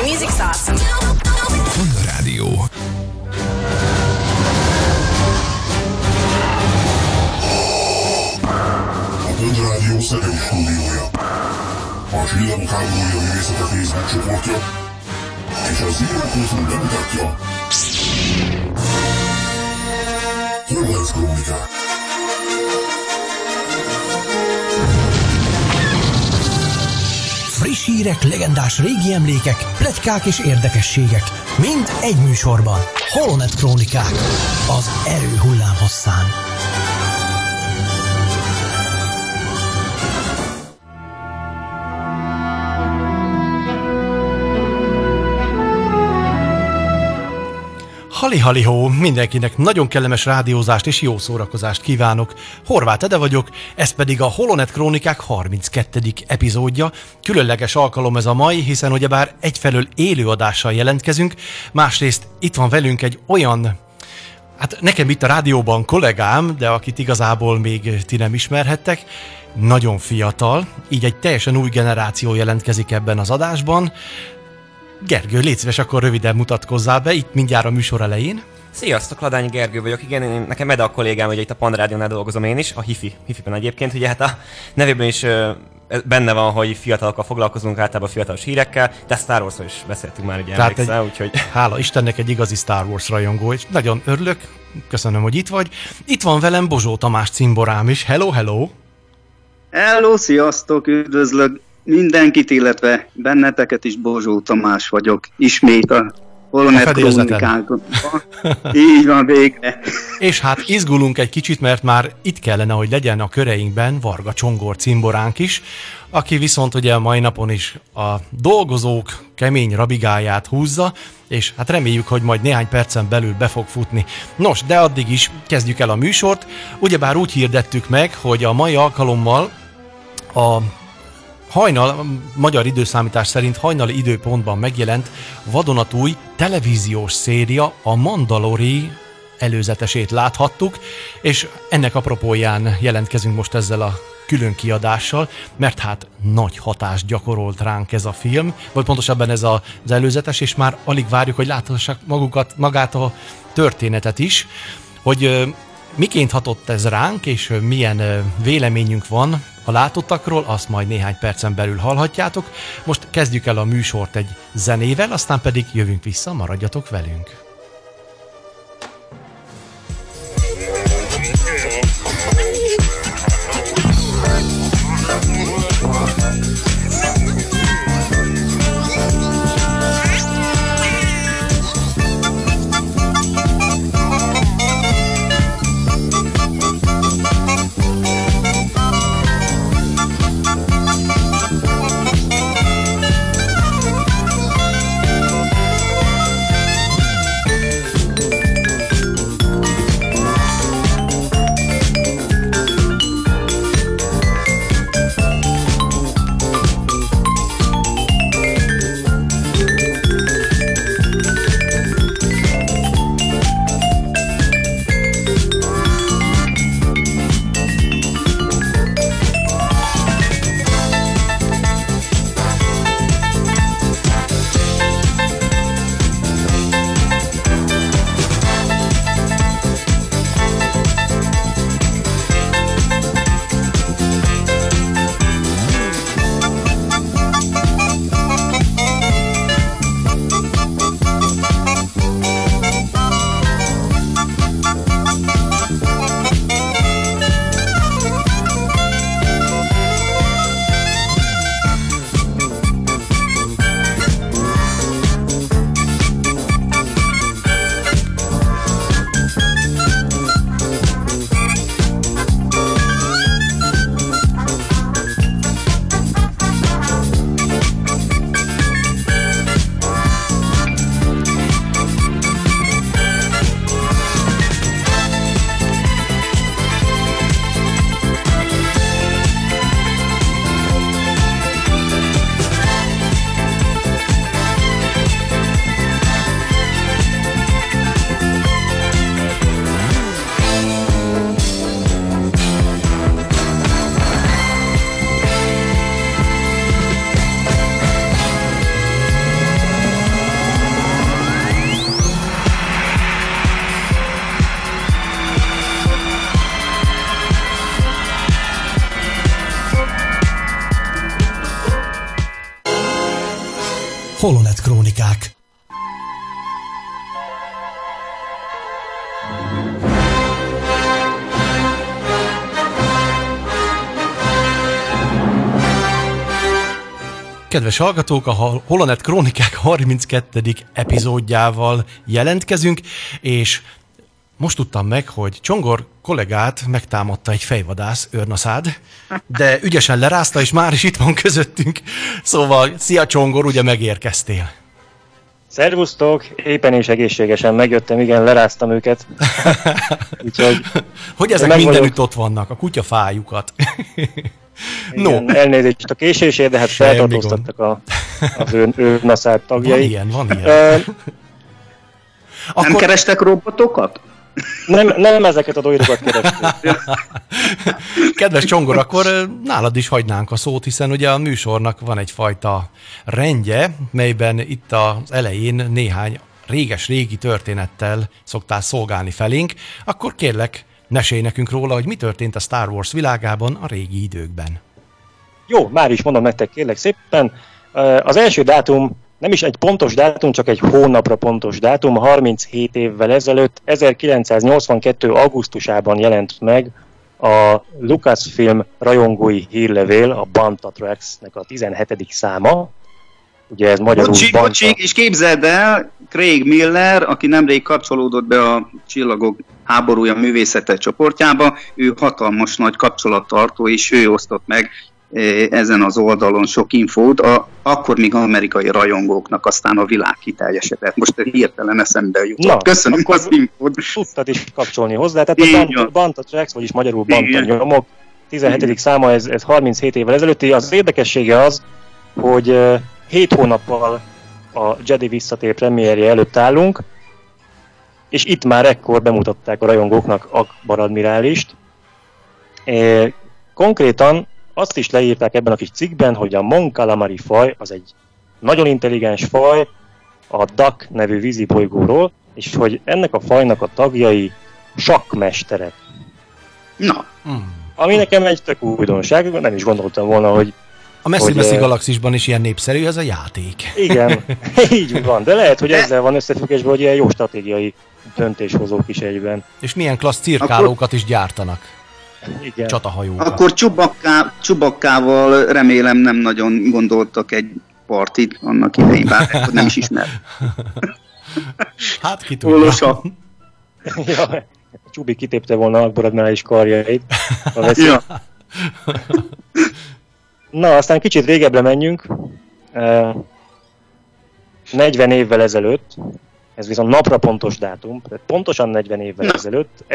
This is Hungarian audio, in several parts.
music's awesome. Honda Rádió. A Honda Rádió Szegedi stúdiója. A Csillagok háborúja művészete Facebook csoportja és a Zero.hu bemutatja Holonet Krónikák. Friss hírek, legendás régi emlékek, pletykák és érdekességek. Mind egy műsorban. Holonet Krónikák. Az erő hullámhosszán. Hali-hali-hó, mindenkinek nagyon kellemes rádiózást és jó szórakozást kívánok. Horváth Ede vagyok, ez pedig a Holonet Krónikák 32. epizódja. Különleges alkalom ez a mai, hiszen ugyebár egyfelől élőadással jelentkezünk, másrészt itt van velünk egy olyan, hát nekem itt a rádióban kollégám, de akit igazából még ti nem ismerhettek, nagyon fiatal, így egy teljesen új generáció jelentkezik ebben az adásban. Gergő, légy szíves, akkor röviden mutatkozzál be, itt mindjárt a műsor elején. Sziasztok, Ladányi Gergő vagyok, igen, nekem Ede a kollégám, ugye itt a Pan Rádiónál dolgozom én is, a Hifi-ben egyébként, ugye hát a nevében is benne van, hogy fiatalokkal foglalkozunk, általában fiatalos hírekkel, de Star Warsról is beszéltünk már, ugye emlékszel, úgyhogy... Hála Istennek, egy igazi Star Wars rajongó, és nagyon örülök, köszönöm, hogy itt vagy. Itt van velem Bozsó Tamás cimborám is, hello, hello! Hello, sziasztok, üdvözlök mindenkit, illetve benneteket is, Bozsó Tamás vagyok, ismét a Holonet Krónikákban. Így van, végre. És hát izgulunk egy kicsit, mert már itt kellene, hogy legyen a köreinkben Varga Csongor cimboránk is, aki viszont ugye a mai napon is a dolgozók kemény rabigáját húzza, és hát reméljük, hogy majd néhány percen belül be fog futni. Nos, de addig is kezdjük el a műsort. Ugyebár úgy hirdettük meg, hogy a mai alkalommal a hajnal, magyar időszámítás szerint hajnali időpontban megjelent vadonatúj televíziós széria, a Mandalori előzetesét láthattuk, és ennek apropóján jelentkezünk most ezzel a külön kiadással, mert hát nagy hatást gyakorolt ránk ez a film, vagy pontosabban ez az előzetes, és már alig várjuk, hogy láthassák magát a történetet is, hogy miként hatott ez ránk, és milyen véleményünk van a látottakról, azt majd néhány percen belül hallhatjátok. Most kezdjük el a műsort egy zenével, aztán pedig jövünk vissza, maradjatok velünk. Holonet Krónikák. Kedves hallgatók, a Holonet Krónikák 32. epizódjával jelentkezünk, és most tudtam meg, hogy Csongor kollégát megtámadta egy fejvadász, őrnaszád, de ügyesen lerázta, és már is itt van közöttünk. Szóval, szia Csongor, ugye megérkeztél. Szervusztok, éppen és egészségesen megjöttem, igen, leráztam őket. Úgyhogy hogy ezek mindenütt ott vannak, a kutyafájukat. Igen, no. Elnézést a késésért, de hát feltartóztattak az őrnaszád tagjai. Van ilyen. Nem kerestek robotokat? Nem ezeket a dolgokat keresték. Kedves Csongor, akkor nálad is hagynánk a szót, hiszen ugye a műsornak van egyfajta rendje, melyben itt az elején néhány réges-régi történettel szoktál szolgálni felénk. Akkor kérlek, mesélj nekünk róla, hogy mi történt a Star Wars világában a régi időkben. Jó, már is mondom nektek, kérlek szépen. Az első dátum nem is egy pontos dátum, csak egy hónapra pontos dátum, 37 évvel ezelőtt, 1982. augusztusában jelent meg a Lucasfilm rajongói hírlevél, a Banta Tracks-nek a 17. száma. Ugye ez magyarul Bocsik, és képzeld el, Craig Miller, aki nemrég kapcsolódott be a Csillagok háborúja művészete csoportjába, ő hatalmas nagy kapcsolattartó, és ő osztott meg ezen az oldalon sok infót, akkor még amerikai rajongóknak, aztán a világ kiteljesedett. Most hirtelen eszembe jutott. Na, köszönöm az infót. Tudtad is kapcsolni hozzá. Tehát a Banta Tracks, vagyis magyarul Banta nyomok, 17. száma, ez 37 évvel ezelőtti. Az érdekessége az, hogy 7 hónappal a Jedi visszatér premierje előtt állunk, és itt már ekkor bemutatták a rajongóknak Akbar admirálist. Konkrétan azt is leírták ebben a kis cikkben, hogy a Mon Calamari faj az egy nagyon intelligens faj a Duck nevű vízibolygóról, és hogy ennek a fajnak a tagjai sakkmesterek. Na. Ami nekem egy tök újdonság, nem is gondoltam volna, hogy a messzi-messzi galaxisban is ilyen népszerű ez a játék. Igen, így van, de lehet, hogy ezzel van összefüggésben, hogy ilyen jó stratégiai döntéshozók is egyben. És milyen klassz cirkálókat is gyártanak. Igen. Csatahajókat. Akkor Csubakkával remélem nem nagyon gondoltak egy partit annak idején, bár nem is ismer. Hát ki tudja. Ja, Csubi kitépte volna Akbar admirális karjait. Ja. Na, aztán kicsit régebbre menjünk. 40 évvel ezelőtt, ez viszont napra pontos dátum, tehát pontosan 40 évvel ezelőtt,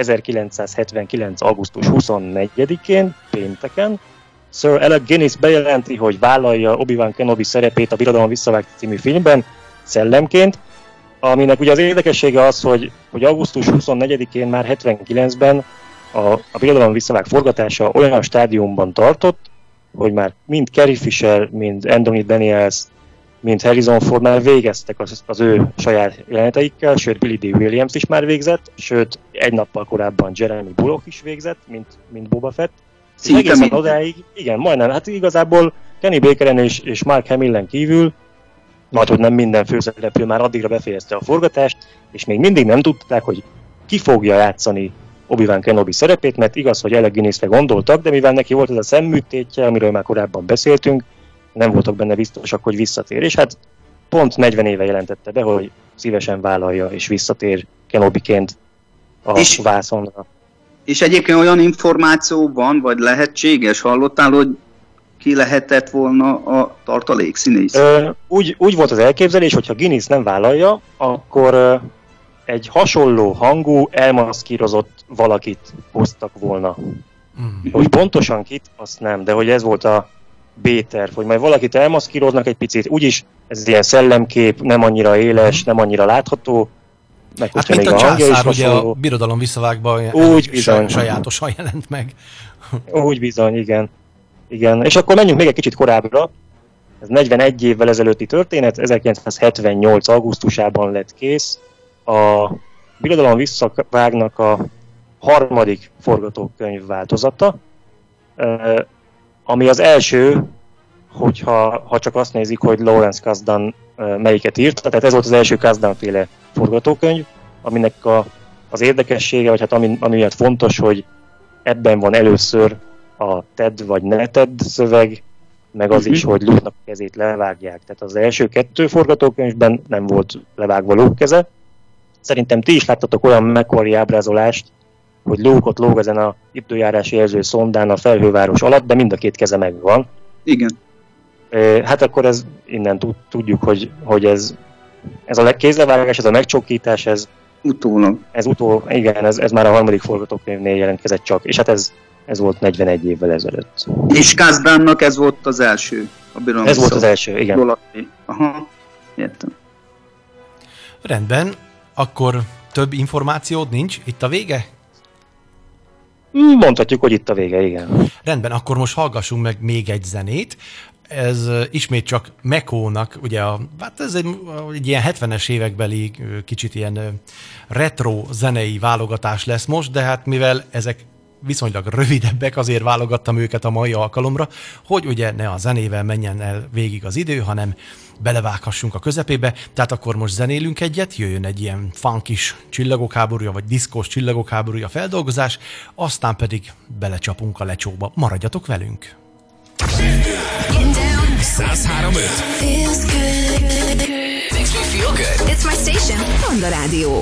1979. augusztus 24-én, pénteken, Sir Alec Guinness bejelenti, hogy vállalja Obi-Wan Kenobi szerepét a Birodalom visszavág című filmben szellemként, aminek ugye az érdekessége az, hogy augusztus 24-én már 79-ben a Birodalom visszavág forgatása olyan stádiumban tartott, hogy már mind Carrie Fisher, mind Anthony Daniels, mint Harrison Ford már végeztek az ő saját jeleneteikkel, sőt Billy D. Williams is már végzett, sőt egy nappal korábban Jeremy Bullock is végzett, mint Boba Fett. Egészen odáig, igen, majdnem, hát igazából Kenny Bakeren és Mark Hamillen kívül, majd hogy nem minden főszereplő már addigra befejezte a forgatást, és még mindig nem tudták, hogy ki fogja játszani Obi-Wan Kenobi szerepét, mert igaz, hogy Alec Guinnessre gondoltak, de mivel neki volt ez a szemműtétje, amiről már korábban beszéltünk, nem voltak benne biztosak, hogy visszatér. És hát pont 40 éve jelentette be, hogy szívesen vállalja és visszatér Kenobiként a vászonra. És egyébként olyan információ van, vagy lehetséges, hallottál, hogy ki lehetett volna a tartalékszínész? Úgy volt az elképzelés, hogyha Guinness nem vállalja, akkor egy hasonló hangú, elmaszkírozott valakit hoztak volna. Hogy pontosan kit, azt nem, de hogy ez volt a B-terv, hogy majd valakit elmaszkíroznak egy picit, úgyis ez ilyen szellemkép, nem annyira éles, nem annyira látható, meg hát mint a császár, ugye a Birodalom visszavágban sajátosan jelent meg. Úgy bizony, igen. Igen. És akkor menjünk még egy kicsit korábbra. Ez 41 évvel ezelőtti történet, 1978. augusztusában lett kész a Birodalom visszavágnak a harmadik forgatókönyv változata, ami az első, hogyha csak azt nézik, hogy Lawrence Kasdan melyiket írta. Tehát ez volt az első Kasdan-féle forgatókönyv, aminek az érdekessége, vagy hát ami miatt fontos, hogy ebben van először a Ted vagy ne Ted szöveg, meg az is, hogy Luke-nak a kezét levágják. Tehát az első 2 forgatókönyvben nem volt levágva Luke keze. Szerintem ti is láttatok olyan Macquarie ábrázolást, hogy Luke ott lóg ezen a időjárási jelző szondán a felhőváros alatt, de mind a 2 keze megvan. Igen. Hát akkor ez innen tudjuk, hogy ez a kézlevágás, ez a megcsókítás, Utólag. Igen, ez már a 3. forgatókönyvnél jelentkezett csak, és hát ez volt 41 évvel ezelőtt. És Kasdannak ez volt az első. Ez volt az első, igen. Aha, értem. Rendben, akkor több információd nincs? Itt a vége? Mondhatjuk, hogy itt a vége, igen. Rendben, akkor most hallgassunk meg még egy zenét. Ez ismét csak Mekónak, ugye hát ez egy ilyen 70-es évekbeli kicsit ilyen retro zenei válogatás lesz most, de hát mivel ezek viszonylag rövidebbek, azért válogattam őket a mai alkalomra, hogy ugye ne a zenével menjen el végig az idő, hanem belevághassunk a közepébe. Tehát akkor most zenélünk egyet, jöjjön egy ilyen funkis Csillagok háborúja, vagy diszkós Csillagok háborúja feldolgozás, aztán pedig belecsapunk a lecsóba. Maradjatok velünk! 103.5 Feels good. Makes me feel good. It's my station, Panda Rádió.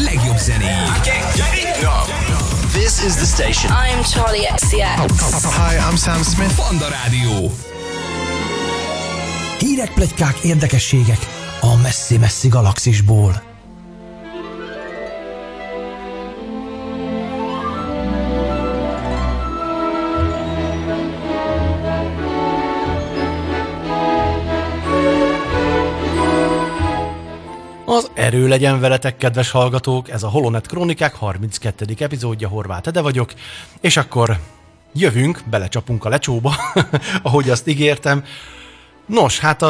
legjobb zenéig. This is the station. I'm Charlie XCX. Hi, I'm Sam Smith. Panda Rádió. Hírek, pletykák, érdekességek a messzi-messzi galaxisból. Az erő legyen veletek, kedves hallgatók! Ez a Holonet Krónikák 32. epizódja, Horváth Ede vagyok, és akkor jövünk, belecsapunk a lecsóba, ahogy azt ígértem. Nos, hát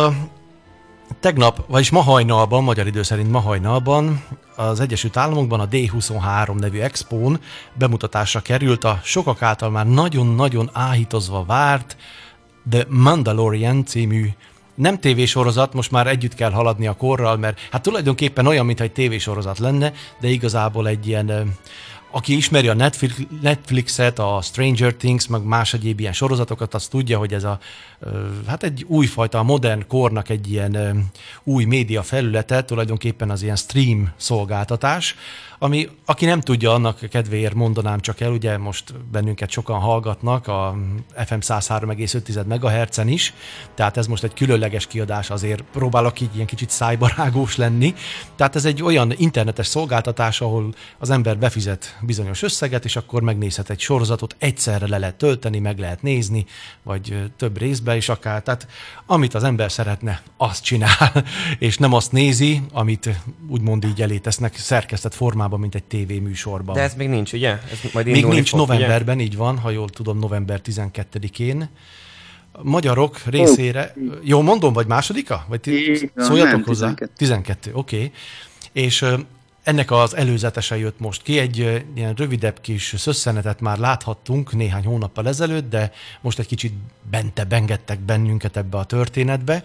tegnap, vagyis ma hajnalban, magyar idő szerint ma hajnalban az Egyesült Államokban a D23 nevű expón bemutatásra került a sokak által már nagyon-nagyon áhítozva várt The Mandalorian című nem tévésorozat, most már együtt kell haladni a korral, mert hát tulajdonképpen olyan, mintha egy tévésorozat lenne, de igazából egy ilyen, aki ismeri a Netflixet, a Stranger Things, meg más egyéb ilyen sorozatokat, az tudja, hogy ez hát egy újfajta, a modern kornak egy ilyen új média felülete, tulajdonképpen az ilyen stream szolgáltatás, ami, aki nem tudja, annak kedvéért mondanám csak el, ugye most bennünket sokan hallgatnak a FM 103,5 MHz-en is, tehát ez most egy különleges kiadás, azért próbálok így ilyen kicsit szájbarágós lenni, tehát ez egy olyan internetes szolgáltatás, ahol az ember befizet bizonyos összeget, és akkor megnézhet egy sorozatot, egyszerre le lehet tölteni, meg lehet nézni, vagy több részbe is akár, tehát amit az ember szeretne, azt csinál, és nem azt nézi, amit úgymond így elé tesznek szerkesztett formában, mint egy tévéműsorban. De ez még nincs, ugye? Ez majd még nincs fog, novemberben, ugye? Így van, ha jól tudom, november 12-én. Magyarok részére, jó mondom, vagy másodika? Vagy szóljatok hozzá? 12, oké. És ennek az előzetese jött most ki, egy ilyen rövidebb kis szösszenetet már láthattunk néhány hónappal ezelőtt, de most egy kicsit bentebb engedtek bennünket ebbe a történetbe.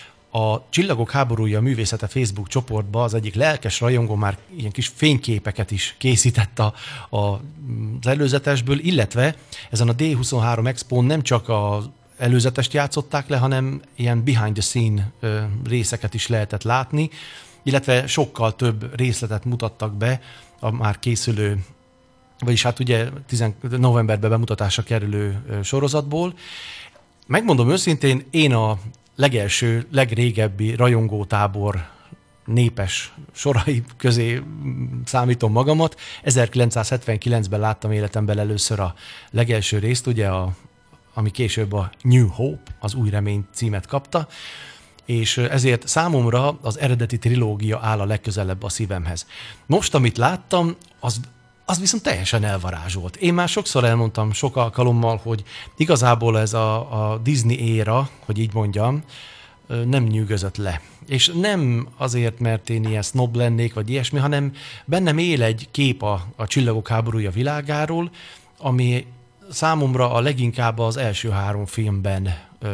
A Csillagok háborúja művészete Facebook csoportba az egyik lelkes rajongó már ilyen kis fényképeket is készített az előzetesből, illetve ezen a D23 Expón nem csak az előzetest játszották le, hanem ilyen behind the scene részeket is lehetett látni, illetve sokkal több részletet mutattak be a már készülő, vagyis hát ugye novemberben bemutatásra kerülő sorozatból. Megmondom őszintén, én a legelső, legrégebbi rajongótábor népes sorai közé számítom magamat. 1979-ben láttam életemben először a legelső részt, ugye ami később a New Hope, az Új Remény címet kapta, és ezért számomra az eredeti trilógia áll a legközelebb a szívemhez. Most, amit láttam, az viszont teljesen elvarázsolt. Én már sokszor elmondtam sok alkalommal, hogy igazából ez a Disney éra, hogy így mondjam, nem nyűgözött le. És nem azért, mert én ilyen snob lennék, vagy ilyesmi, hanem bennem él egy kép a Csillagok háborúja világáról, ami számomra a leginkább az első 3 filmben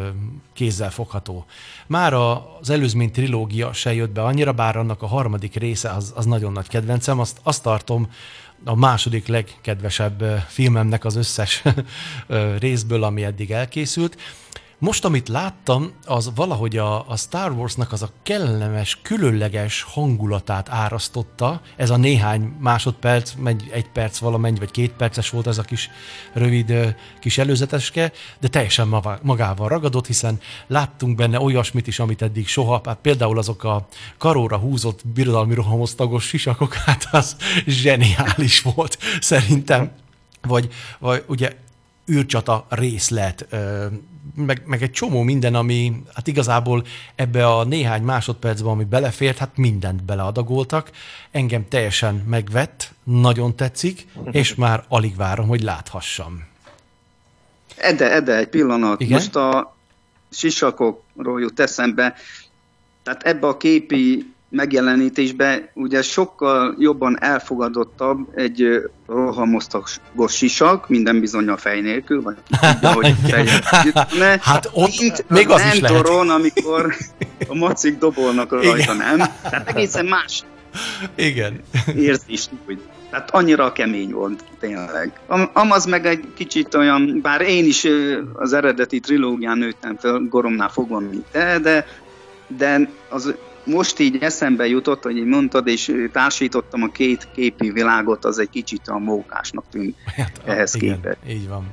kézzel fogható. Már az előzmény trilógia se jött be annyira, bár annak a harmadik része az nagyon nagy kedvencem, azt tartom a második legkedvesebb filmemnek az összes részből, ami eddig elkészült. Most, amit láttam, az valahogy a Star Warsnak az a kellemes, különleges hangulatát árasztotta. Ez a néhány másodperc, 1 perc valamennyi, vagy 2 perces volt ez a kis rövid kis előzeteske, de teljesen magával ragadott, hiszen láttunk benne olyasmit is, amit eddig soha, hát például azok a karóra húzott birodalmi rohamoz tagos sisakok, hát az zseniális volt szerintem. Vagy ugye űrcsata részlet, meg egy csomó minden, ami hát igazából ebbe a néhány másodpercben, ami belefért, hát mindent beleadagoltak. Engem teljesen megvett, nagyon tetszik, és már alig várom, hogy láthassam. Ede, egy pillanat. Igen? Most a sisakokról jut eszembe. Tehát ebbe a képi megjelenítésbe ugye sokkal jobban elfogadottabb egy rohamosztagos sisak, minden bizony a fej nélkül, vagy ki tudja, hogy fejjel. Hát ott még az is lehet. Toron, amikor a macik dobolnak rajta, nem? Tehát egészen más. Igen. Érzést úgy. Tehát annyira kemény volt, tényleg. Amaz meg egy kicsit olyan, bár én is az eredeti trilógián nőttem fel, Goromnál fogva, mint te, de az most így eszembe jutott, hogy így mondtad, és társítottam a két képi világot, az egy kicsit a mókásnak tűnt ehhez képest. Így van.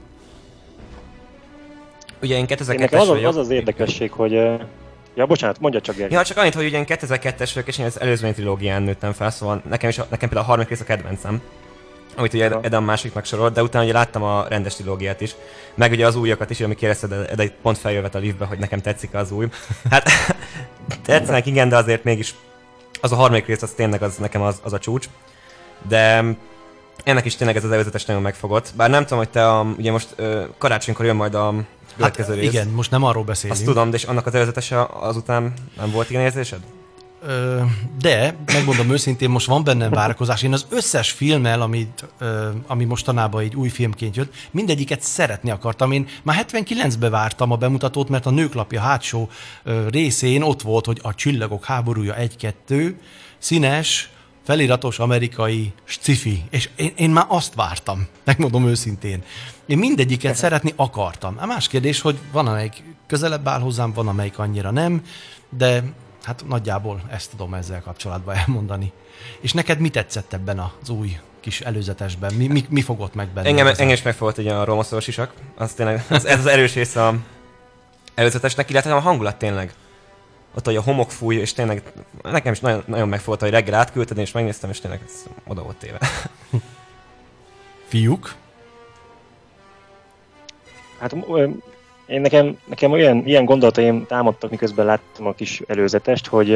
Ugye én 2002-es vagyok. Az érdekesség, hogy... Ja, bocsánat, mondja csak Gergely. Ja, csak annyit, hogy ugye én 2002-es vagyok, és én az előzmény trilógián nőttem fel, szóval nekem például a harmadik rész a kedvencem, amit ugye Eda másik megsorolt, de utána ugye láttam a rendes trilógiát is, meg ugye az újakat is, ami kérdezted, Eda itt pont feljövet a liftbe, hogy nekem tetszik az új. Hát tetszenek, igen, de azért mégis az a harmadik rész, az tényleg nekem az a csúcs. De ennek is tényleg ez az előzetes nagyon megfogott. Bár nem tudom, hogy te ugye most karácsonykor jön majd a következő rész. Igen, most nem arról beszélünk. Azt tudom, de és annak az előzetese azután nem volt ilyen érzésed? De, megmondom őszintén, most van bennem várakozás. Én az összes filmmel, ami mostanában egy új filmként jött, mindegyiket szeretni akartam. Én már 79-ben vártam a bemutatót, mert a Nőklapja hátsó részén ott volt, hogy a Csillagok háborúja 1-2, színes, feliratos amerikai sci-fi. És én már azt vártam, megmondom őszintén. Én mindegyiket szeretni akartam. A más kérdés, hogy van, amelyik közelebb áll hozzám, van, amelyik annyira nem, de hát nagyjából ezt tudom ezzel kapcsolatban elmondani. És neked mi tetszett ebben az új kis előzetesben? Mi fogott meg benne? Engem is megfogott ugye a rómaszóros isak. Az tényleg, ez az erős része a előzetesnek, illetve a hangulat tényleg. Ott, hogy a homok fúj, és tényleg nekem is nagyon, nagyon megfogott, hogy reggel átküldted, és megnéztem, és tényleg oda volt téve. Fiúk? Hát nekem ilyen gondolataim támadtak, miközben láttam a kis előzetest, hogy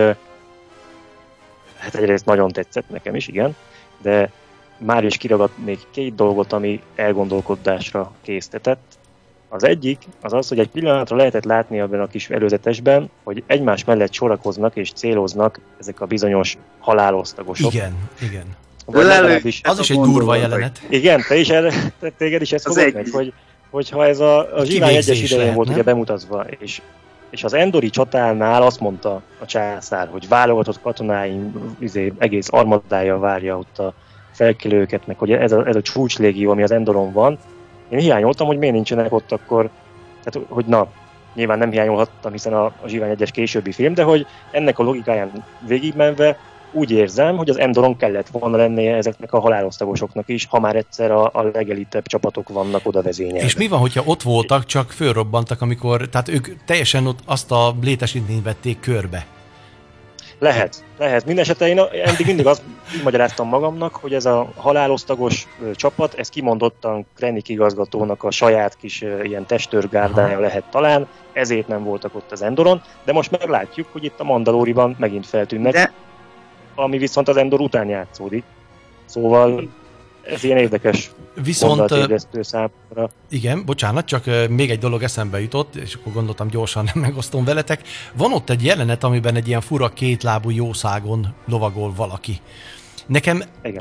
hát egyrészt nagyon tetszett nekem is, igen, de már is kiragadnék két dolgot, ami elgondolkodásra késztetett. Az egyik az, hogy egy pillanatra lehetett látni abban a kis előzetesben, hogy egymás mellett sorakoznak és céloznak ezek a bizonyos halálosztagosok. Igen. Az is egy durva jelenet. Igen, téged is ez fogott meg, hogyha ez a Zsivány 1-es idején volt ugye bemutatva, és az endori csatánál azt mondta a császár, hogy válogatott katonáim egész armadája várja ott a felkelőket, meg hogy ez a csúcslégió, ami az Endoron van. Én hiányoltam, hogy miért nincsenek ott akkor, tehát hogy nyilván nem hiányolhattam, hiszen a Zsivány 1-es későbbi film, de hogy ennek a logikáján végigmenve úgy érzem, hogy az Endoron kellett volna lennie ezeknek a halálosztagosoknak is, ha már egyszer a legelitebb csapatok vannak oda vezényelve. És mi van, hogyha ott voltak, csak fölrobbantak, tehát ők teljesen ott azt a létesítményt vették körbe? Lehet. Mindenesetre én eddig mindig azt magyaráztam magamnak, hogy ez a halálosztagos csapat, ez kimondottan Krennic igazgatónak a saját kis ilyen testőrgárdája lehet talán, ezért nem voltak ott az Endoron, de most meglátjuk, hogy itt a Mandaloriban megint feltűnnek, ami viszont az Endor után játszódik. Szóval ez ilyen érdekes gondolatébresztő számra. Igen, bocsánat, csak még egy dolog eszembe jutott, és akkor gondoltam gyorsan megosztom veletek. Van ott egy jelenet, amiben egy ilyen fura kétlábú jószágon lovagol valaki. Nekem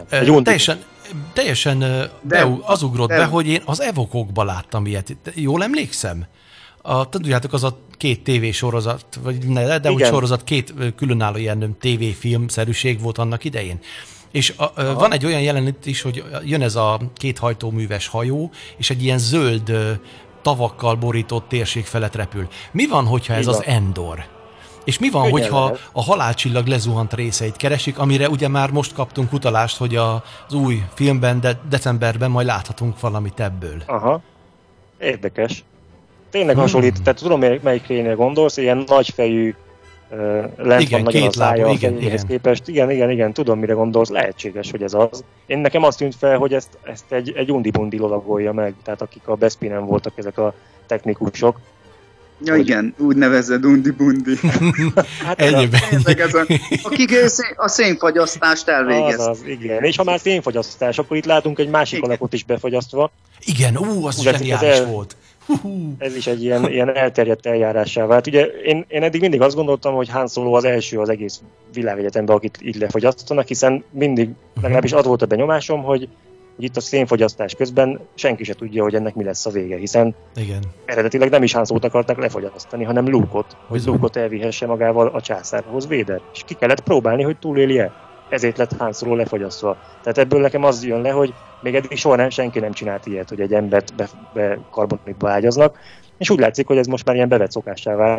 teljesen az ugrott be, hogy én az Evokokban láttam ilyet. Jól emlékszem? Tudjátok, az a két tévésorozat, vagy ne, de úgy sorozat, két különálló ilyen tévéfilmszerűség volt annak idején. És van egy olyan jelenet is, hogy jön ez a két hajtóműves hajó, és egy ilyen zöld tavakkal borított térség felett repül. Mi van, hogyha ez az Endor? És mi van, hogyha a halálcsillag lezuhant részeit keresik, amire ugye már most kaptunk utalást, hogy az új filmben, de decemberben majd láthatunk valamit ebből. Aha, érdekes. Tényleg hasonlít, tehát tudom, melyikre gondolsz, ilyen nagyfejű, lent van nagyon a szája a fejéhez képest. Igen, tudom, mire gondolsz, lehetséges, hogy ez az. Nekem azt tűnt fel, hogy ezt egy undibundi lovagolja meg, tehát akik a Bespinen voltak ezek a technikusok. Ja igen, úgy nevezed undibundi. Hát ennyiben. Akik a szénfagyasztást elvégezték. Az, igen. És ha már szénfagyasztás, akkor itt látunk egy másik alakot is befagyasztva. Igen, az zseniális volt. Ez is egy ilyen elterjedt eljárásá vált. Ugye én eddig mindig azt gondoltam, hogy Han Solo az első az egész világegyetemben, akit így lefogyasztanak, hiszen mindig, legalábbis az volt a benyomásom, hogy itt a szénfogyasztás közben senki se tudja, hogy ennek mi lesz a vége, hiszen eredetileg nem is Han Solót akarták lefogyasztani, hanem Luke-ot, hogy Luke-ot elvihesse magával a császárhoz Vader. És ki kellett próbálni, hogy túlélje. Ezért lett Han Solo lefogyasztva. Tehát ebből nekem az jön le, hogy még eddig soha senki nem csinált ilyet, hogy egy embert be karbonitba ágyaznak, és úgy látszik, hogy ez most már ilyen bevett szokássá vált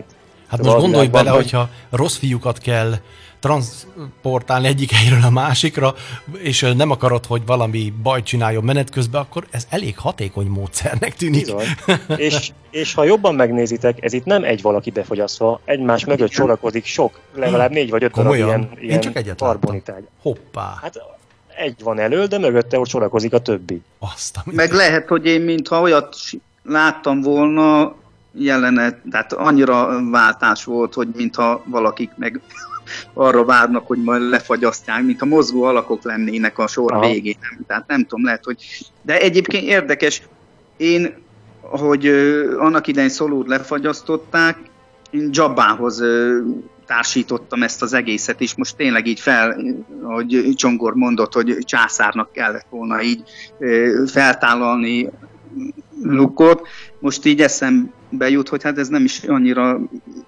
Hát most gondolj bele, hogyha rossz fiúkat kell transportálni egyik helyről a másikra, és nem akarod, hogy valami bajt csináljon menet közben, akkor ez elég hatékony módszernek tűnik. és ha jobban megnézitek, ez itt nem egy valaki befogyasztva, egymás mögött sorakozik sok, legalább 4 vagy 5 darab ilyen karbonitágy. Hoppá! Hát egy van elől, de mögötte ott sorakozik a többi. Meg lehet, hogy én mintha olyat láttam volna jelenet, tehát annyira váltás volt, hogy mintha valakik meg arra várnak, hogy majd lefagyasztják, mintha mozgó alakok lennének a sor végén. Tehát nem tudom, lehet, hogy... De egyébként érdekes, hogy annak idején Szolót lefagyasztották, én Jabbához társítottam ezt az egészet is, most tényleg így hogy Csongor mondott, hogy császárnak kellett volna így feltállalni Luke-ot. Most így eszembe jut, hogy hát ez nem is annyira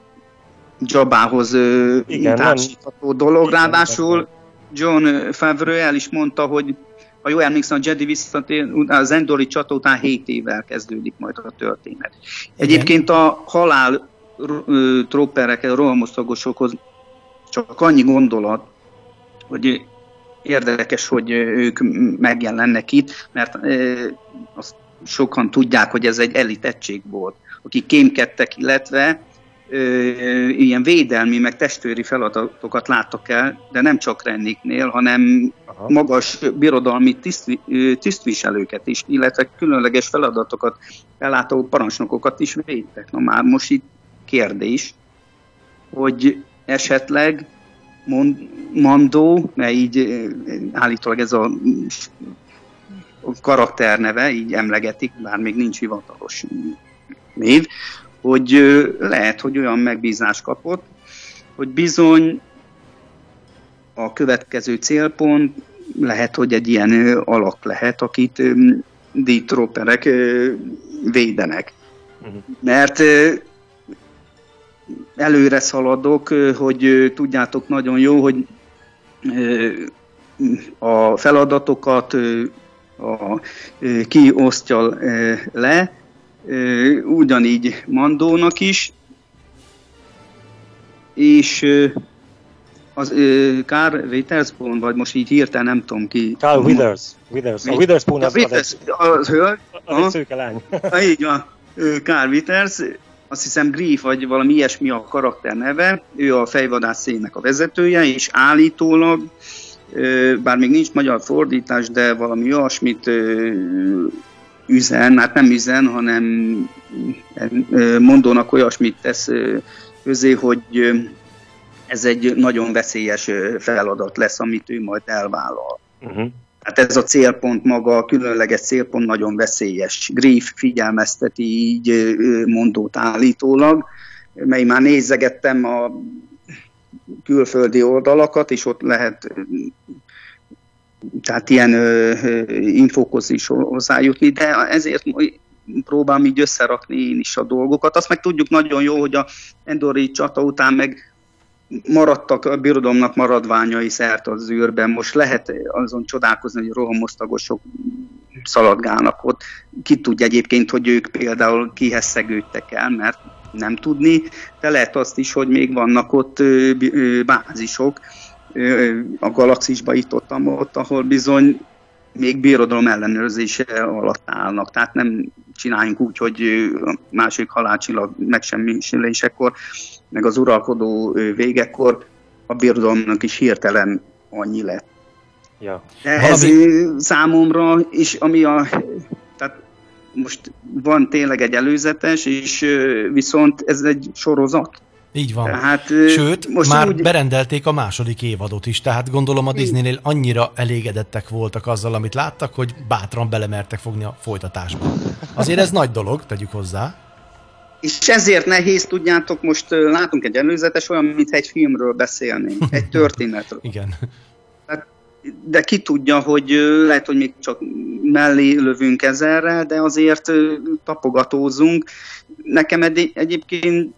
Jabbához társítható dolog. Ráadásul John Favreau el is mondta, hogy ha jól emlékszem, a Jedi visszatér, az Endori csata után 7 évvel kezdődik majd a történet. Egyébként a halál tróperek, rohamosztagosokhoz csak annyi gondolat, hogy érdekes, hogy ők megjelennek itt, mert azt sokan tudják, hogy ez egy elit egység volt, akik kémkedtek, illetve ilyen védelmi, meg testőri feladatokat láttak el, de nem csak Rennicknél, hanem magas birodalmi tisztviselőket is, illetve különleges feladatokat ellátó parancsnokokat is védtek. Na már most itt kérdés, hogy esetleg Mando, mert így állítólag ez a karakterneve, így emlegetik, bár még nincs hivatalos név, hogy lehet, hogy olyan megbízást kapott, hogy bizony a következő célpont lehet, hogy egy ilyen alak lehet, akit D-tróperek védenek. Mert előre szaladok, hogy tudjátok nagyon jó, hogy a feladatokat kiosztja le, ugyanígy Mandónak is, és az Carl Witherspoon, vagy most így hirtelen nem tudom ki. Carl Withers. A Witherspoon az hölgy. Az egy szőke lány. Így van. Carl Withers, azt hiszem Grief, vagy valami ilyesmi a karakter neve. Ő a fejvadász szénnek a vezetője, és állítólag, bár még nincs magyar fordítás, de valami olyasmit üzen, hát nem üzen, hanem Mondónak olyasmit tesz közé, hogy ez egy nagyon veszélyes feladat lesz, amit ő majd elvállal. Hát ez a célpont maga, a különleges célpont nagyon veszélyes. Grief figyelmezteti így Mondót állítólag, mely már nézegettem a külföldi oldalakat, és ott lehet tehát ilyen infókhoz is hozzájutni, de ezért próbálom így összerakni én is a dolgokat. Azt meg tudjuk nagyon jó, hogy a Endori csata után meg maradtak a birodalomnak maradványai szerte az űrben. Most lehet azon csodálkozni, hogy rohamosztagosok szaladgálnak ott. Ki tudja egyébként, hogy ők például kihez szegődtek el, mert nem tudni, de lehet azt is, hogy még vannak ott bázisok a galaxisban ott, ahol bizony még birodalom ellenőrzése alatt állnak. Tehát nem csináljunk úgy, hogy a másik halálcsillag megsemmisülésekor, meg az uralkodó végekor a birodalomnak is hirtelen annyi lett. Ja. De ez számomra, és ami tehát most van tényleg egy előzetes, és viszont ez egy sorozat. Így van. Tehát, sőt, most már berendelték a második évadot is, tehát gondolom a Disneynél annyira elégedettek voltak azzal, amit láttak, hogy bátran belemertek fogni a folytatásba. Azért ez nagy dolog, tegyük hozzá. És ezért nehéz, tudjátok, most látunk egy előzetes, olyan, mint egy filmről beszélnénk, egy történetről. Igen. De ki tudja, hogy lehet, hogy még csak mellé lövünk ezerre, de azért tapogatózunk. Nekem egyébként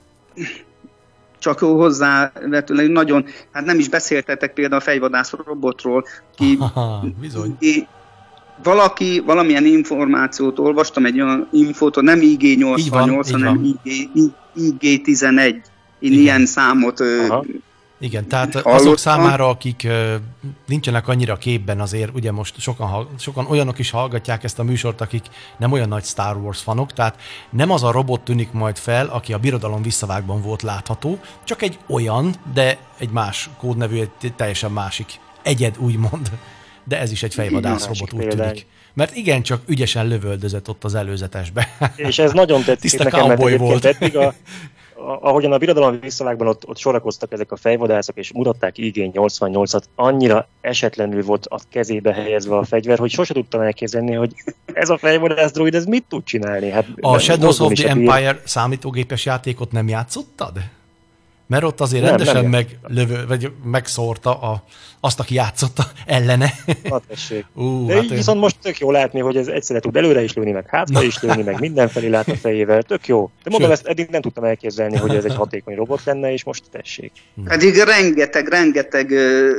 csak hozzávetőleg nagyon, hát nem is beszéltetek például a fejvadász robotról, bizony. valamilyen információt olvastam, egy olyan infót, nem IG88, hanem IG11. Én ilyen számot igen, tehát azok számára, akik nincsenek annyira képben, azért ugye most sokan olyanok is hallgatják ezt a műsort, akik nem olyan nagy Star Wars fanok, tehát nem az a robot tűnik majd fel, aki a Birodalom visszavágban volt látható, csak egy olyan, de egy más kódnevű, egy teljesen másik egyed, úgymond. De ez is egy fejvadász robot, úgy tűnik. Mert igencsak ügyesen lövöldözött ott az előzetesbe. És ez nagyon tetszik nekem, mert egyébként eddig ahogyan a Birodalom visszavágban ott sorakoztak ezek a fejvadászok, és mutatták IG-88-at, annyira esetlenül volt a kezébe helyezve a fegyver, hogy sose tudtam elképzelni, hogy ez a fejvadász droid, ez mit tud csinálni? Hát, a Shadows of the Empire számítógépes játékot nem játszottad? Mert ott azért rendesen megszórta azt, aki játszotta ellene. Hát tessék. De így viszont most tök jó látni, hogy ez egyszerre tud előre is lőni, meg hátra is lőni, meg mindenfelé lát a fejével. Tök jó. De mondom, ezt eddig nem tudtam elképzelni, hogy ez egy hatékony robot lenne, és most tessék. Eddig rengeteg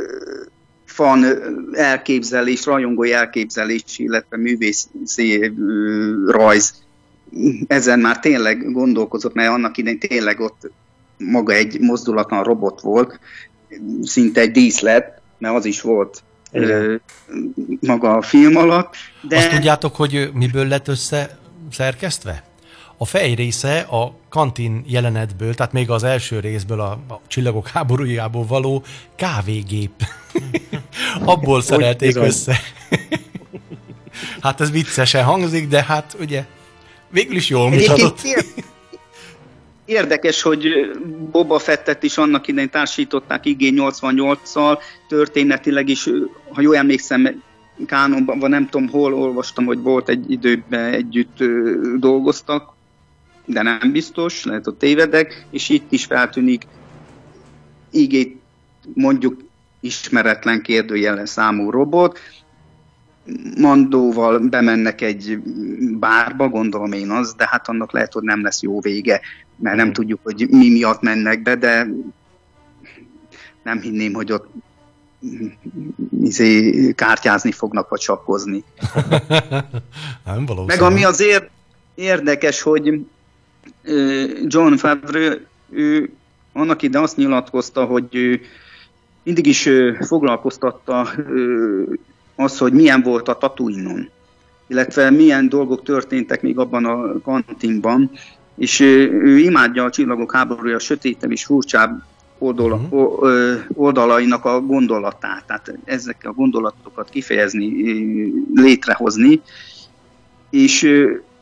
fan elképzelés, rajongói elképzelés, illetve művészi rajz. Ezen már tényleg gondolkozott, mert annak idején tényleg ott maga egy mozdulatlan robot volt, szinte egy díszlet, mert az is volt maga a film alatt. De... Azt tudjátok, hogy miből lett összeszerkesztve? A fej része a kantin jelenetből, tehát még az első részből, a Csillagok háborújából való kávégép. Abból szerelték össze. Hát ez viccesen hangzik, de hát ugye végül is jól mutatott. Érdekes, hogy Boba Fettet is annak idején társították IG-88-szal, történetileg is, ha jól emlékszem, kánonban, nem tudom hol olvastam, hogy volt egy időben együtt dolgoztak, de nem biztos, lehet, hogy tévedek, és itt is feltűnik IG, mondjuk ismeretlen kérdőjelen számú robot, Mandóval bemennek egy bárba, gondolom én az, de hát annak lehet, hogy nem lesz jó vége, mert nem tudjuk, hogy mi miatt mennek be, de nem hinném, hogy ott kártyázni fognak, vagy sakkozni. Nem valószínű. Meg ami azért érdekes, hogy Jon Favreau, ő annak ide azt nyilatkozta, hogy mindig is foglalkoztatta az, hogy milyen volt a Tatooine-on, illetve milyen dolgok történtek még abban a kantinban, és ő imádja a Csillagok háborúja sötétebb és furcsább oldalainak a gondolatát, tehát ezekkel a gondolatokat kifejezni, létrehozni, és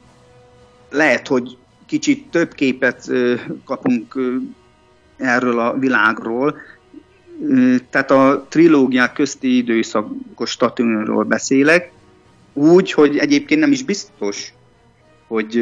lehet, hogy kicsit több képet kapunk erről a világról, tehát a trilógiák közti időszakos Tatooine-ról beszélek, úgy, hogy egyébként nem is biztos, hogy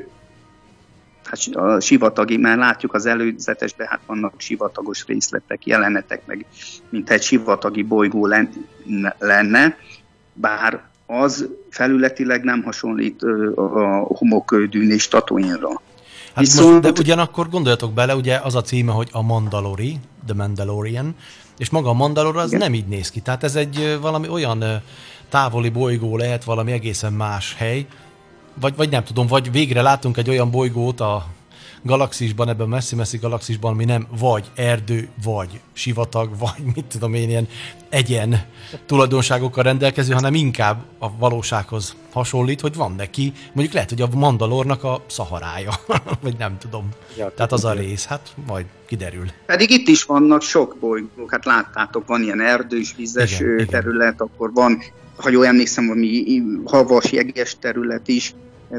hát a sivatagi, mert látjuk az előzetesben, hát vannak sivatagos részletek, jelenetek, meg mint egy sivatagi bolygó lenne, bár az felületileg nem hasonlít a homokdűn és Tatooine-ra. Hát viszont... De ugyanakkor gondoljatok bele, ugye az a címe, hogy a The Mandalorian, és maga a Mandalore az nem így néz ki. Tehát ez egy valami olyan távoli bolygó lehet, valami egészen más hely, vagy nem tudom, vagy végre látunk egy olyan bolygót a galaxisban, ebben a messzi-messzi galaxisban, ami nem vagy erdő, vagy sivatag, vagy mit tudom én, ilyen egyen tulajdonságokkal rendelkező, hanem inkább a valósághoz hasonlít, hogy van neki, mondjuk lehet, hogy a Mandalornak a Szaharája, vagy nem tudom. Ja, tehát az a rész, hát majd kiderül. Pedig itt is vannak sok bolygók, hát láttátok, van ilyen erdős, vízes terület, akkor van, ha jól emlékszem, valami havas, jeges terület is,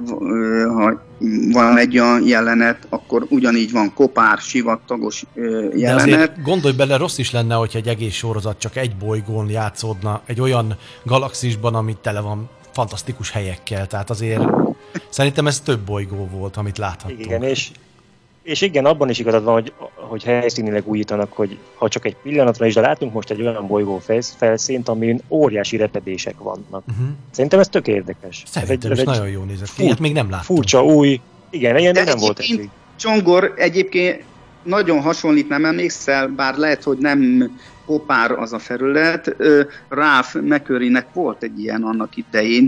ha van egy olyan jelenet, akkor ugyanígy van kopár, sivatagos jelenet. De azért gondolj bele, rossz is lenne, hogyha egy egész sorozat csak egy bolygón játszódna, egy olyan galaxisban, amit tele van fantasztikus helyekkel, tehát azért szerintem ez több bolygó volt, amit láthattunk. Igen, és igen, abban is igazad van, hogy helyszínileg újítanak, hogy ha csak egy pillanatra is, de látunk most egy olyan bolygó felszínt, amin óriási repedések vannak. Szerintem ez tök érdekes. Szerintem ez nagyon jól nézett ki, ilyet még nem láttam. Furcsa, új, igen, ilyen nem volt eddig. Csongor egyébként nagyon hasonlít, nem emlékszel, bár lehet, hogy nem Popár az a felület. Ralph McQuarrienek volt egy ilyen annak idején,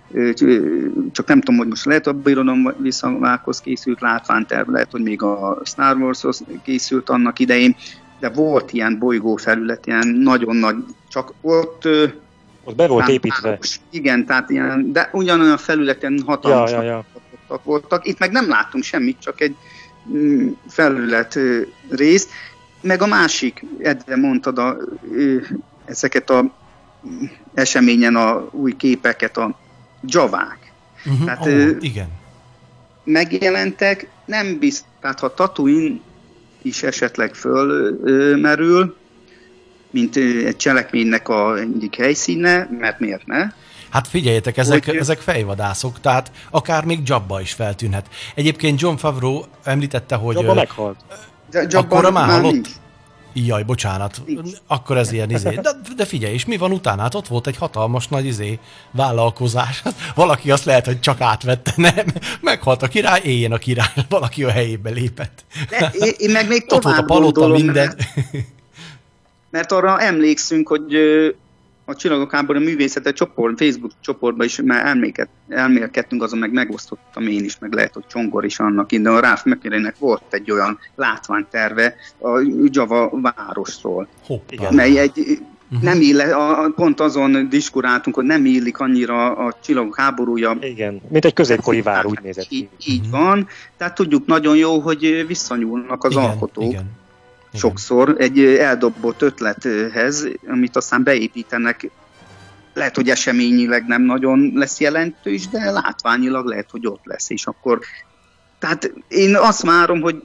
csak nem tudom, hogy most lehet a Birodalom visszavághoz készült látványterv, lehet, hogy még a Star Warshoz készült annak idején, de volt ilyen bolygófelület, ilyen nagyon nagy, csak ott be volt építve. Város. Igen, tehát ilyen, de ugyanolyan felületen hatalmas voltak. Itt meg nem láttunk semmit, csak egy felület részt. Meg a másik, Edre mondtad ezeket a eseményen a új képeket, a Javák. Tehát, igen. Megjelentek, nem tehát ha Tatooine is esetleg fölmerül, mint egy cselekménynek egyik helyszíne, mert miért ne? Hát figyeljetek, ezek fejvadászok, tehát akár még Jabba is feltűnhet. Egyébként Jon Favreau említette, hogy... Jabba meghalt. Akkor már halott? Jaj, bocsánat. Nincs. Akkor ez ilyen De figyelj, és mi van utána? Hát ott volt egy hatalmas nagy vállalkozás. Valaki azt lehet, hogy csak átvette, nem? Meghalt a király, éljen a király. Valaki a helyébe lépett. De én meg még ott volt a palota, minden. Mert arra emlékszünk, hogy a Csillagok háború művészete Facebook csoportban is már elmélkedtünk, azon meg megosztottam én is, meg lehet, hogy Csongor is annak innen. A Ralph McQuarrienek volt egy olyan látványterve a Java városról. Mely egy nem pont azon diskuráltunk, hogy nem illik annyira a Csillagok háborúja. Igen, mint egy középkori vár úgy nézett ki. Így van, tehát tudjuk nagyon jó, hogy visszanyúlnak az alkotók. Igen. Sokszor egy eldobott ötlethez, amit aztán beépítenek, lehet, hogy eseményileg nem nagyon lesz jelentős, de látványilag lehet, hogy ott lesz, és akkor... Tehát én azt várom, hogy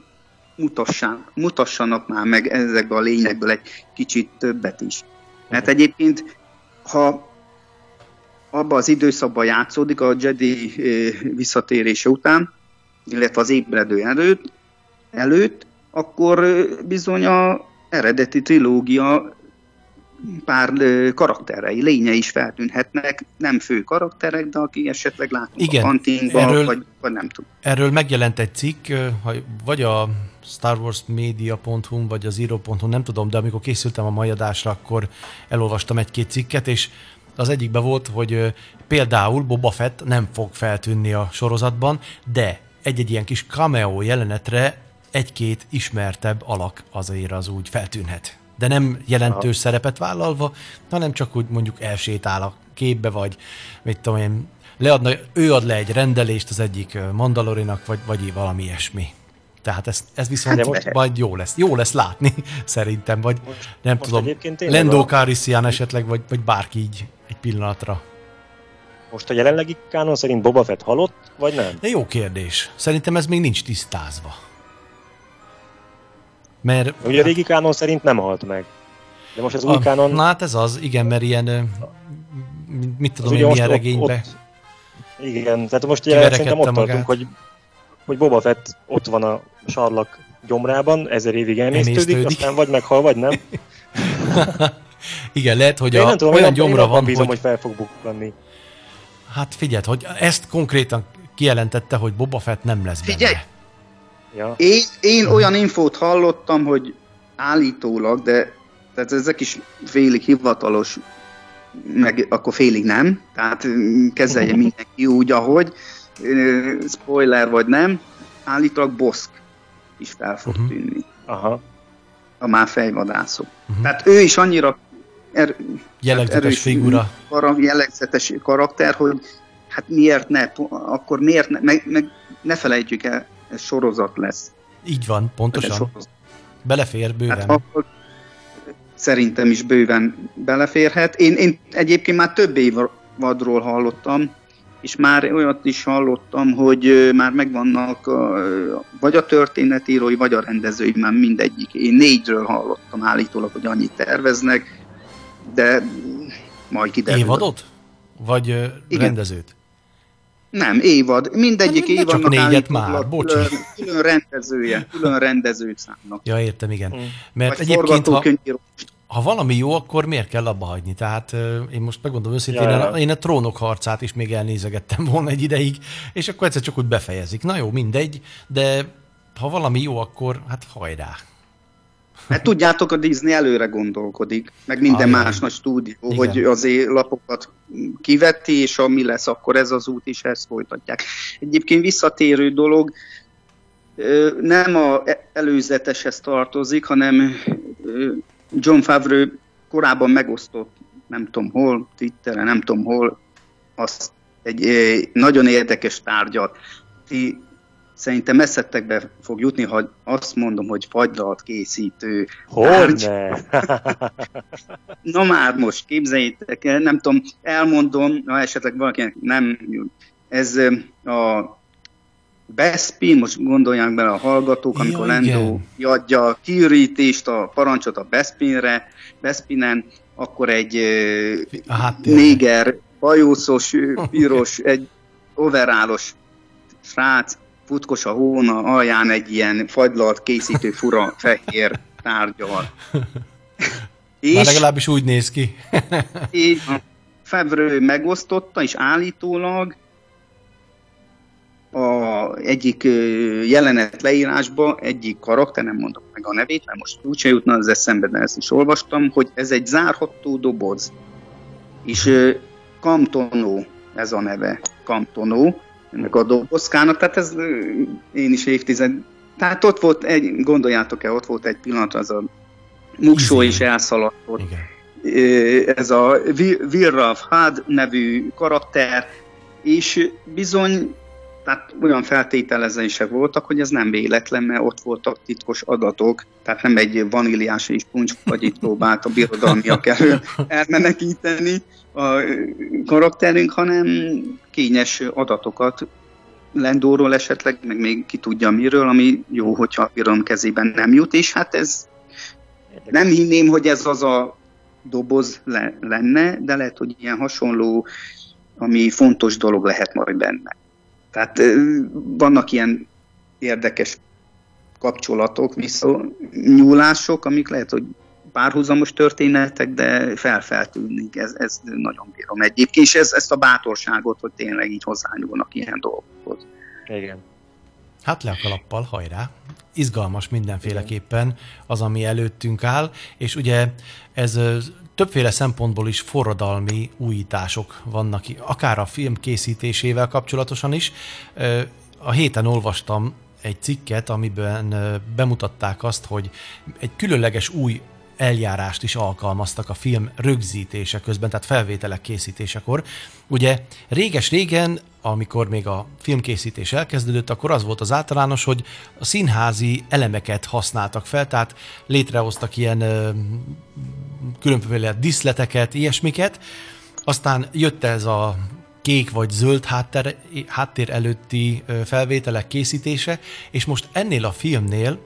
mutassanak már meg ezekből a lényekből egy kicsit többet is. Mert egyébként, ha abban az időszakban játszódik a Jedi visszatérése után, illetve az ébredő előtt, akkor bizony az eredeti trilógia pár karakterei, lénye is feltűnhetnek, nem fő karakterek, de aki esetleg látunk a kantinban, vagy nem tudom. Erről megjelent egy cikk, vagy a starwarsmedia.hu, vagy az iro.hu, nem tudom, de amikor készültem a mai adásra, akkor elolvastam egy-két cikket, és az egyikben volt, hogy például Boba Fett nem fog feltűnni a sorozatban, de egy-egy ilyen kis cameo jelenetre egy-két ismertebb alak azért az úgy feltűnhet. De nem jelentős szerepet vállalva, hanem csak úgy mondjuk elsétál a képbe, vagy mit tudom én, ő ad le egy rendelést az egyik Mandalorinak, vagy valami ilyesmi. Tehát ez viszont majd jó lesz. Jó lesz látni, szerintem, vagy nem tudom, Lando Calrissian esetleg, vagy bárki így egy pillanatra. Most a jelenlegi kánon szerint Boba Fett halott, vagy nem? De jó kérdés. Szerintem ez még nincs tisztázva. Mert... Ugye a régi kánon szerint nem halt meg. De most az új kánon... Na hát ez az, igen, mert ilyen, mit tudom én, milyen regényben... Igen, tehát most ugye szerintem ott tartunk, hogy Boba Fett ott van a sarlak gyomrában, 1000 évig emésztődik, aztán vagy meghal, vagy nem. Igen, lehet, hogy olyan gyomra van, bízom, hogy fel fog bukkanni. Hát figyeld, hogy ezt konkrétan kijelentette, hogy Boba Fett nem lesz benne. Figyelj! Ja. Én olyan infót hallottam, hogy állítólag, de tehát ezek is félig hivatalos, meg akkor félig nem, tehát kezelje mindenki úgy, ahogy, spoiler vagy nem, állítólag Bosk is fel fog tűnni. Aha. A már fejvadászok. Tehát ő is annyira jellegzetes figura. Jellegzetes karakter, hogy hát miért ne, akkor miért ne, meg ne felejtjük el, ez sorozat lesz. Így van, pontosan. Belefér bőven. Hát akkor szerintem is bőven beleférhet. Én egyébként már több évadról hallottam, és már olyat is hallottam, hogy már megvannak vagy a történetírói, vagy a rendezői, már mindegyik. Én 4-ről hallottam állítólag, hogy annyit terveznek, de majd kiderül. Évadot? Vagy rendezőt? Nem, évad. Mindegyik évadnak csak 4-et már, bocsi. Külön rendezőt számnak. Ja, értem, igen. Mert vagy egyébként, ha valami jó, akkor miért kell abba hagyni? Tehát én most megmondom őszintén, én a Trónok harcát is még elnézegettem volna egy ideig, és akkor egyszer csak úgy befejezik. Na jó, mindegy, de ha valami jó, akkor hát hajrá. Hát tudjátok, a Disney előre gondolkodik, meg minden más nagy stúdió, igen, hogy azért lapokat kivetti, és ami lesz, akkor ez az út is, ezt folytatják. Egyébként visszatérő dolog, nem az előzeteshez tartozik, hanem Jon Favreau korábban megosztott, nem tudom hol, Twitteren, nem tudom hol, azt egy nagyon érdekes tárgyat. Ti szerintem eszettekbe fog jutni, ha azt mondom, hogy fagylalt készítő tárgy. Na már most képzeljétek el, nem tudom, elmondom, ha esetleg valakinek nem jut. Ez a Bespin, most gondolják bele a hallgatók, amikor Lando adja a kiürítést, a parancsot a Bespinen, akkor egy néger, bajószos, piros, egy overálos srác futkos a hóna alján egy ilyen fagylalt készítő fura fehér tárgyal. Már legalábbis úgy néz ki. És a Favreau megosztotta, és állítólag egyik jelenet leírásba egyik karakter, nem mondok meg a nevét, mert most úgyse jutna az eszembe, de ezt is olvastam, hogy ez egy zárható doboz. És Camtono, ez a neve, Camtono, ennek a dobozkának, tehát ez én is évtized. Tehát ott volt gondoljátok el, ott volt egy pillanat, az a Mugsó is elszaladt ott. Ez a Virrav Had nevű karakter, és bizony, tehát olyan feltételezések voltak, hogy ez nem véletlen, mert ott voltak titkos adatok, tehát nem egy vaníliás és puncsfagyit próbált a birodalmiak elől elmenekíteni a karakterünk, hanem kényes adatokat Landóról esetleg, meg még ki tudja miről, ami jó, hogyha a birodalom kezében nem jut, és hát ez nem hinném, hogy ez az a doboz lenne, de lehet, hogy ilyen hasonló, ami fontos dolog lehet majd benne. Tehát vannak ilyen érdekes kapcsolatok, visszanyúlások, amik lehet, hogy párhuzamos történetek, de feltűnik, ez nagyon bírom egyébként, és ezt a bátorságot, hogy tényleg így hozzányúlnak ilyen dolgokhoz. Igen. Hát le a kalappal, hajrá! Izgalmas mindenféleképpen az, ami előttünk áll, és ugye ez többféle szempontból is forradalmi újítások vannak, akár a film készítésével kapcsolatosan is. A héten olvastam egy cikket, amiben bemutatták azt, hogy egy különleges új eljárást is alkalmaztak a film rögzítése közben, tehát felvételek készítésekor. Ugye réges-régen, amikor még a filmkészítés elkezdődött, akkor az volt az általános, hogy a színházi elemeket használtak fel, tehát létrehoztak ilyen különböző diszleteket, ilyesmiket, aztán jött ez a kék vagy zöld háttér előtti felvételek készítése, és most ennél a filmnél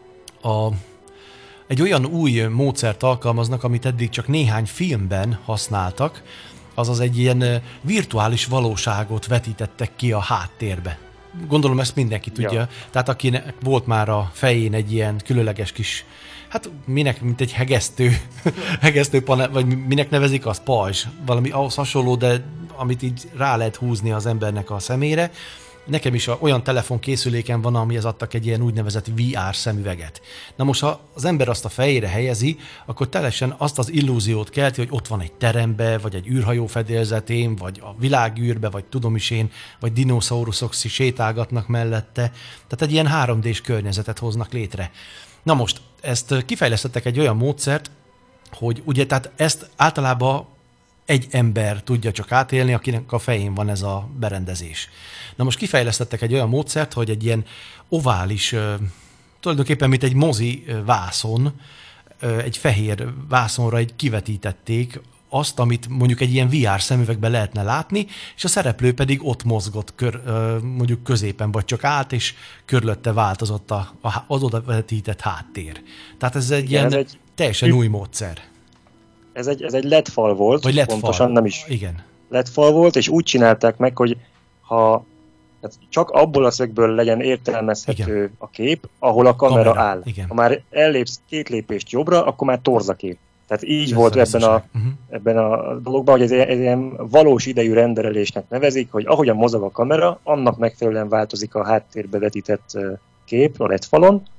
egy olyan új módszert alkalmaznak, amit eddig csak néhány filmben használtak, azaz egy ilyen virtuális valóságot vetítettek ki a háttérbe. Gondolom ezt mindenki tudja. Ja. Tehát akinek volt már a fején egy ilyen különleges kis, hát minek, mint egy hegesztő panel, vagy minek nevezik az, pajzs, valami ahhoz hasonló, de amit így rá lehet húzni az embernek a szemére. Nekem is olyan telefonkészüléken van, amihez adtak egy ilyen úgynevezett VR szemüveget. Na most, ha az ember azt a fejére helyezi, akkor teljesen azt az illúziót kelti, hogy ott van egy terembe, vagy egy űrhajó fedélzetén, vagy a világűrbe, vagy tudom is én, vagy dinoszauruszok sétálgatnak mellette. Tehát egy ilyen 3D-s környezetet hoznak létre. Na most, ezt kifejlesztettek egy olyan módszert, hogy ugye, tehát ezt általában egy ember tudja csak átélni, akinek a fején van ez a berendezés. Na most kifejlesztettek egy olyan módszert, hogy egy ilyen ovális, tulajdonképpen mint egy mozi vászon, egy fehér vászonra kivetítették azt, amit mondjuk egy ilyen VR szemüvegben lehetne látni, és a szereplő pedig ott mozgott mondjuk középen, vagy csak állt, és körülötte változott az odavetített háttér. Tehát ez egy ilyen teljesen új módszer. Ez egy LED-fal volt, vagy LED-fal. Pontosan nem is. Igen. LED-fal volt, és úgy csinálták meg, hogy ha csak abból a szögből legyen értelmezhető igen. a kép, ahol a kamera áll. Igen. Ha már ellépsz 2 lépést jobbra, akkor már torz a kép. Tehát így volt ebben a dologban, hogy ez ilyen valós idejű renderelésnek nevezik, hogy ahogyan mozog a kamera, annak megfelelően változik a háttérbe vetített kép a LED-falon,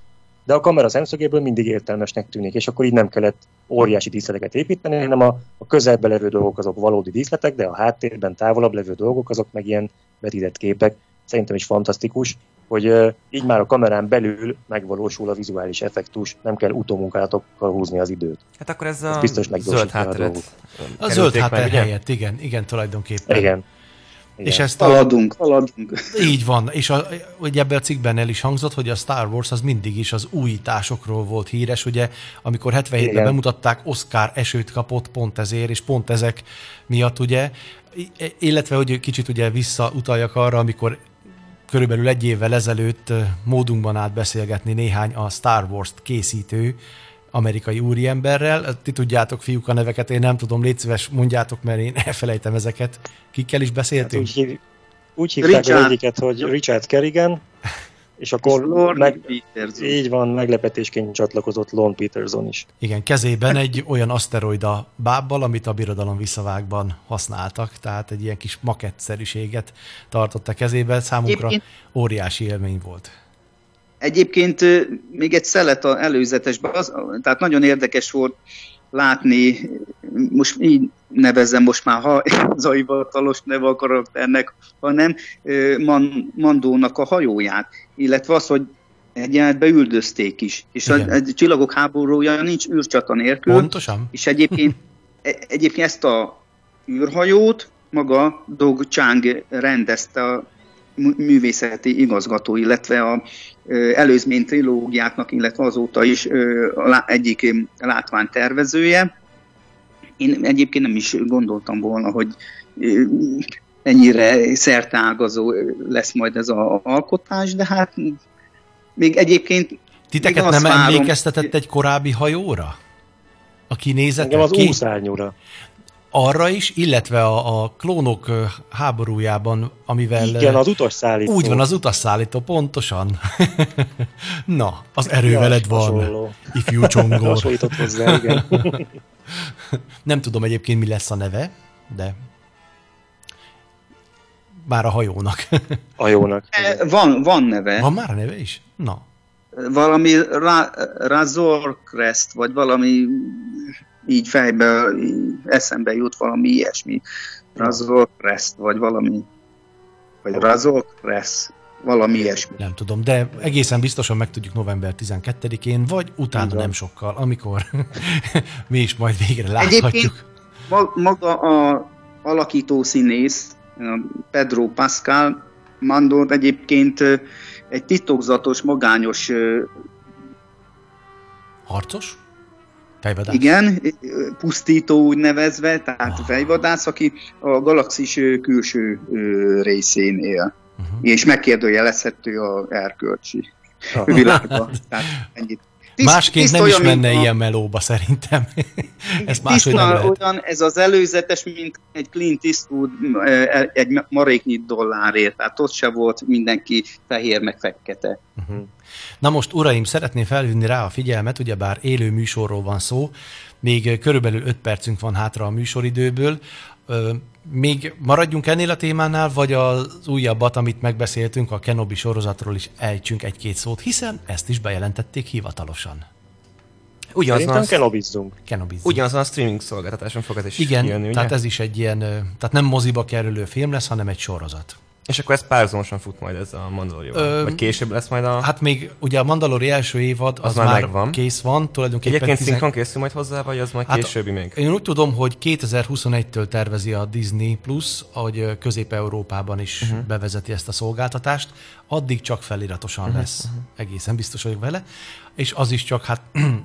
de a kamera szemszögéből mindig értelmesnek tűnik, és akkor így nem kellett óriási díszleteket építeni, hanem a közelben levő dolgok azok valódi díszletek, de a háttérben távolabb levő dolgok azok meg ilyen vetített képek. Szerintem is fantasztikus, hogy így már a kamerán belül megvalósul a vizuális effektus, nem kell utómunkálatokkal húzni az időt. Hát akkor ez a biztos zöld hátteret. A zöld háttér helyett, igen, tulajdonképpen. Igen. És ezt haladunk. Így van, és ugye ebben a cikkben el is hangzott, hogy a Star Wars az mindig is az újításokról volt híres, ugye, amikor 77-ben bemutatták, Oscar esőt kapott pont ezért, és pont ezek miatt, ugye, illetve, hogy kicsit ugye visszautaljak arra, amikor körülbelül egy évvel ezelőtt módunkban állt beszélgetni néhány a Star Wars-t készítő amerikai úriemberrel. Ti tudjátok, fiúk, a neveket, én nem tudom, légy szíves, mondjátok, mert én elfelejtem ezeket. Kikkel is beszéltünk? Hát úgy hívták az egyiket, hogy Richard Kerrigan, és akkor így van, meglepetésként csatlakozott Lorne Peterson is. Igen, kezében egy olyan aszteroida bábbal, amit a Birodalom visszavágban használtak, tehát egy ilyen kis makettszerűséget tartott a kezében, számunkra óriási élmény volt. Egyébként még egy szelet az előzetesben, tehát nagyon érdekes volt látni, most így nevezzem most már, ha az a hivatalos neve a karakternek, hanem Mandónak a hajóját, illetve az, hogy egyenlet beüldözték is. És a Csillagok háborúja nincs űrcsata nélkül. Pontosan. És egyébként ezt a űrhajót maga Doug Chiang rendezte, a művészeti igazgató, illetve a előzmény trilógiáknak, illetve azóta is egyik látványtervezője. Én egyébként nem is gondoltam volna, hogy ennyire szerteágazó lesz majd ez az alkotás, de hát még egyébként... Titeket nem emlékeztetett egy korábbi hajóra? A kinézetre? Engem az úszárnyúra. Arra is, illetve a klónok háborújában, amivel... Igen, az utasszállító. Úgy van, az utasszállító, pontosan. Na, az erő veled van, hasonló. ifjú csongor. Hasonlított hozzá, igen. Nem tudom egyébként, mi lesz a neve, de már a hajónak. A hajónak. Van neve. Van már a neve is? Na. Valami Razor Crest, vagy valami így fejbe eszembe jut valami ilyesmi. Razor Crest, vagy valami, vagy Razor Crest, valami ilyesmi. Nem tudom, de egészen biztosan megtudjuk november 12-én, vagy utána nem sokkal, amikor mi is majd végre láthatjuk. Egyébként maga a alakító színész, Pedro Pascal Mandót egyébként egy titokzatos, magányos harcos? Fejvadász? Igen, pusztító úgy nevezve, tehát fejvadász, aki a galaxis külső részén él. És megkérdőjelezhető az erkölcsi világban. Tehát ennyit. Másként nem is menne ilyen melóba, szerintem. Ezt máshogy nem lehet. Olyan ez az előzetes, mint egy Clint Eastwood egy maréknyi dollárért. Tehát ott se volt mindenki fehér meg fekete. Na most, uraim, szeretném felhívni rá a figyelmet, ugyebár élő műsorról van szó, még körülbelül 5 percünk van hátra a műsoridőből. Még maradjunk ennél a témánál, vagy az újabbat, amit megbeszéltünk, a Kenobi sorozatról is ejtsünk egy-két szót, hiszen ezt is bejelentették hivatalosan. Szerintem Kenobizzunk. Ugyanazon a streaming szolgáltatáson fog ez is igen, jönni, ugye? Tehát ez is egy ilyen, tehát nem moziba kerülő film lesz, hanem egy sorozat. És akkor ez párhuzamosan fut majd ez a Mandalorian? Vagy később lesz majd a... Hát még ugye a Mandalori első évad az már megvan. Kész van. Tulajdonképpen egyébként szinkron készül majd hozzá, vagy az majd későbbi még? Én úgy tudom, hogy 2021-től tervezi a Disney Plus, hogy Közép-Európában is bevezeti ezt a szolgáltatást. Addig csak feliratosan lesz. Egészen biztos vagyok vele. És az is csak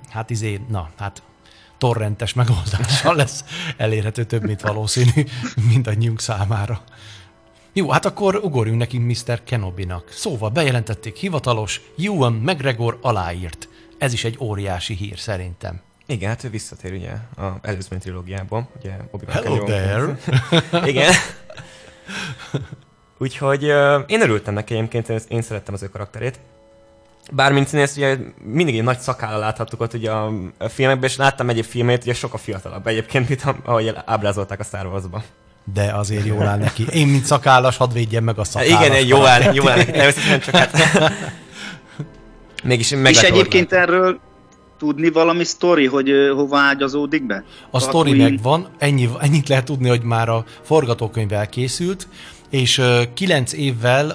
torrentes megoldással lesz elérhető, több, mint valószínű mindannyiunk számára. Jó, hát akkor ugorjunk neki Mr. Kenobinak. Szóval bejelentették, hivatalos, Ewan McGregor aláírt. Ez is egy óriási hír szerintem. Igen, hát ő visszatér ugye az előzmény trilógiából. Ugye Hello there! Igen. Úgyhogy én örültem neki egyébként, én szerettem az ő karakterét. Bármint színész, ugye mindig egy nagy szakállal láthattuk ott ugye a filmekben, és láttam egyéb filmét, ugye sokkal fiatalabb egyébként, mint ahogy ábrázolták a Star Wars-ba. De azért jól áll neki. Én, mint szakállas, hadd védjem meg a szakállas. Igen, jól áll neki, természetesen csak hát... Mégis és egyébként erről tudni valami sztori, hogy hova ágyazódik be? A sztori megvan, ennyit lehet tudni, hogy már a forgatókönyv elkészült, és 9 évvel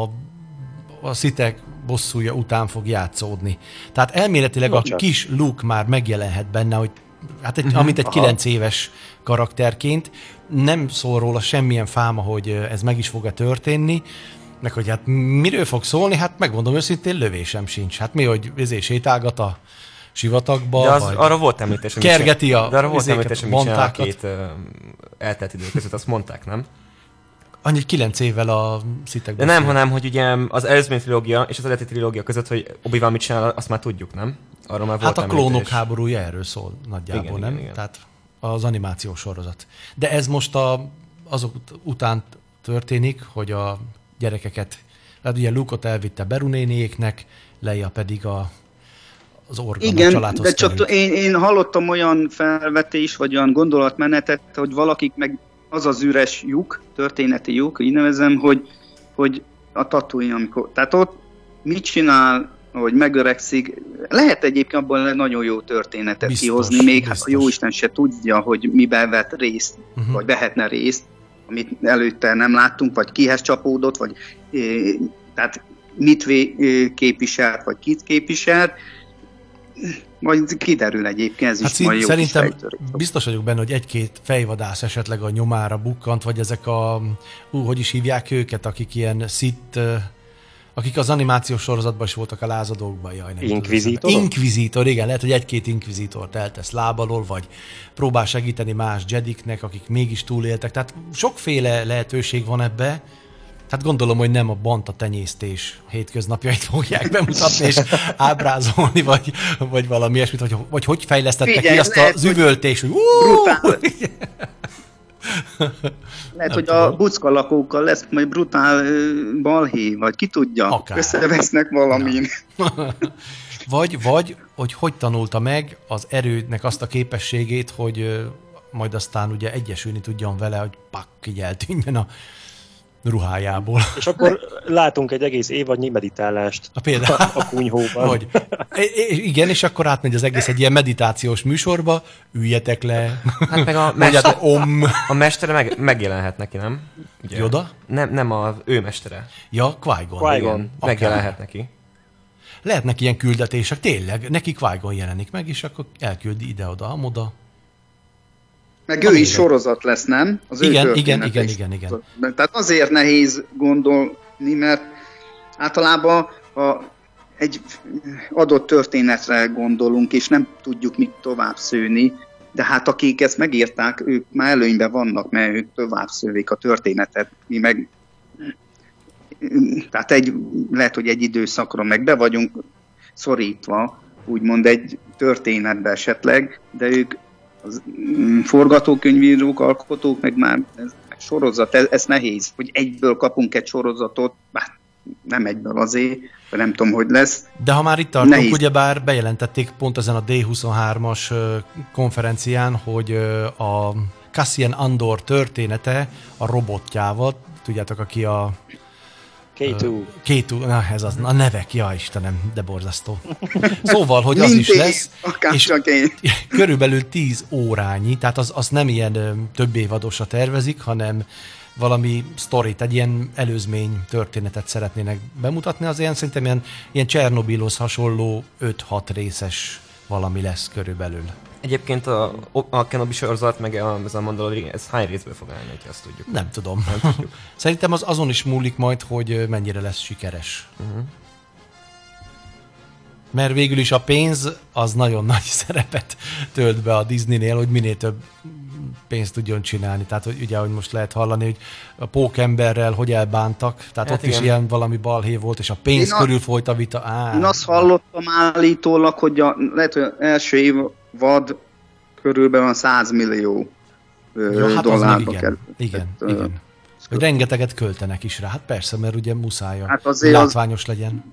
a Sithek bosszúja után fog játszódni. Tehát elméletileg a kis Luke már megjelenhet benne, hogy hát amit egy 9 éves karakterként, nem szól róla semmilyen fáma, hogy ez meg is fog-e történni, meg hogy hát miről fog szólni, hát megmondom őszintén, lövésem sincs. Hát mi, hogy sétálgat a sivatagba, de arra volt említés, kergeti a mondákat. Eltelt idő között, azt mondták, nem? Annyi 9 évvel a Sithek. De nem, hanem, hogy ugye az előzmény trilógia és az eredeti trilógia között, hogy Obi-Wan mit csinál, azt már tudjuk, nem? Arról már volt hát a klónok háborúja erről szól nagyjából, igen, nem? Igen. Tehát az animációs sorozat. De ez most azok után történik, hogy a gyerekeket, hát ugye Luke-ot elvitte Beru néniéknek, Leia pedig az Organa családhoz de csak én hallottam olyan felvetés, vagy olyan gondolatmenetet, hogy valakik meg az az üres lyuk, történeti lyuk, így nevezem, hogy a Tatooine, amikor... Tehát ott mit csinál, hogy megöregszik, lehet egyébként abban nagyon jó történetet kihozni, még hát a jóisten se tudja, hogy miben vett részt, vagy vehetne részt, amit előtte nem láttunk, vagy kihez csapódott, vagy tehát mit képviselt, vagy kit képviselt, majd kiderül egyébként, ez is majd jó. Szerintem biztos vagyok benne, hogy egy-két fejvadász esetleg a nyomára bukkant, vagy ezek hogy is hívják őket, akik ilyen akik az animációs sorozatban is voltak a lázadókban. Inkvizitor, igen, lehet, hogy egy-két inkvizitort eltesz lábalól, vagy próbál segíteni más jediknek, akik mégis túléltek. Tehát sokféle lehetőség van ebbe. Hát gondolom, hogy nem a banta tenyésztés hétköznapjait fogják bemutatni és ábrázolni, vagy valami ilyesmit, vagy hogy fejlesztettek ki azt az üvöltést, hogy lehet, hogy a bucka lakókkal lesz majd brutál balhé, vagy ki tudja, akár összevesznek valamin. vagy hogy tanulta meg az erődnek azt a képességét, hogy majd aztán ugye egyesülni tudjon vele, hogy így eltűnjön a ruhájából. És akkor látunk egy egész évadnyi meditálást a kunyhóban. Igen, és akkor átmegy az egész egy ilyen meditációs műsorba, üljetek le. Hát meg a mestere megjelenhet neki, nem? Ugye? Yoda? Nem ő mestere. Ja, Qui-Gon. Megjelenhet neki. Lehetnek ilyen küldetések, tényleg, neki Qui-Gon jelenik meg, és akkor elküldi ide-oda, amoda. Meg ő is sorozat lesz, nem? Az igen. Tehát azért nehéz gondolni, mert általában egy adott történetre gondolunk, és nem tudjuk mit tovább szőni, de hát akik ezt megírták, ők már előnyben vannak, mert ők tovább szővék a történetet. Mi meg tehát lehet, hogy egy időszakra meg be vagyunk szorítva, úgymond egy történetbe esetleg, de ők az forgatókönyvírók, alkotók, meg már meg sorozat, ez nehéz, hogy egyből kapunk egy sorozatot, bár nem egyből azért, nem tudom, hogy lesz. De ha már itt tartunk, ugyebár bejelentették pont ezen a D23-as konferencián, hogy a Cassian Andor története a robotjával, tudjátok, aki a K2, na ez az, a nevek, ja Istenem, de borzasztó. Szóval, hogy az is lesz, és körülbelül 10 órányi, tehát az nem ilyen több évadosra tervezik, hanem valami sztorit, egy ilyen előzmény történetet szeretnének bemutatni, az ilyen szerintem ilyen Csernobilhoz hasonló 5-6 részes valami lesz körülbelül. Egyébként a Kenobi sorozat, meg ez a Mandalorian, ez hány részből fog állni, hogy azt tudjuk? Nem tudom. Szerintem az azon is múlik majd, hogy mennyire lesz sikeres. Mert végül is a pénz az nagyon nagy szerepet tölt be a Disneynél, hogy minél több pénzt tudjon csinálni. Tehát hogy ugye, ahogy most lehet hallani, hogy a pókemberrel hogy elbántak, tehát hát ott igen. Is ilyen valami balhé volt, és a pénz körül folyt a vita. Én azt hallottam állítólag, hogy lehet, hogy az első évad körülbelül van 100 millió dollárba kerül. Igen. Hogy rengeteget költenek is rá. Hát persze, mert ugye muszáj, hát látványos legyen.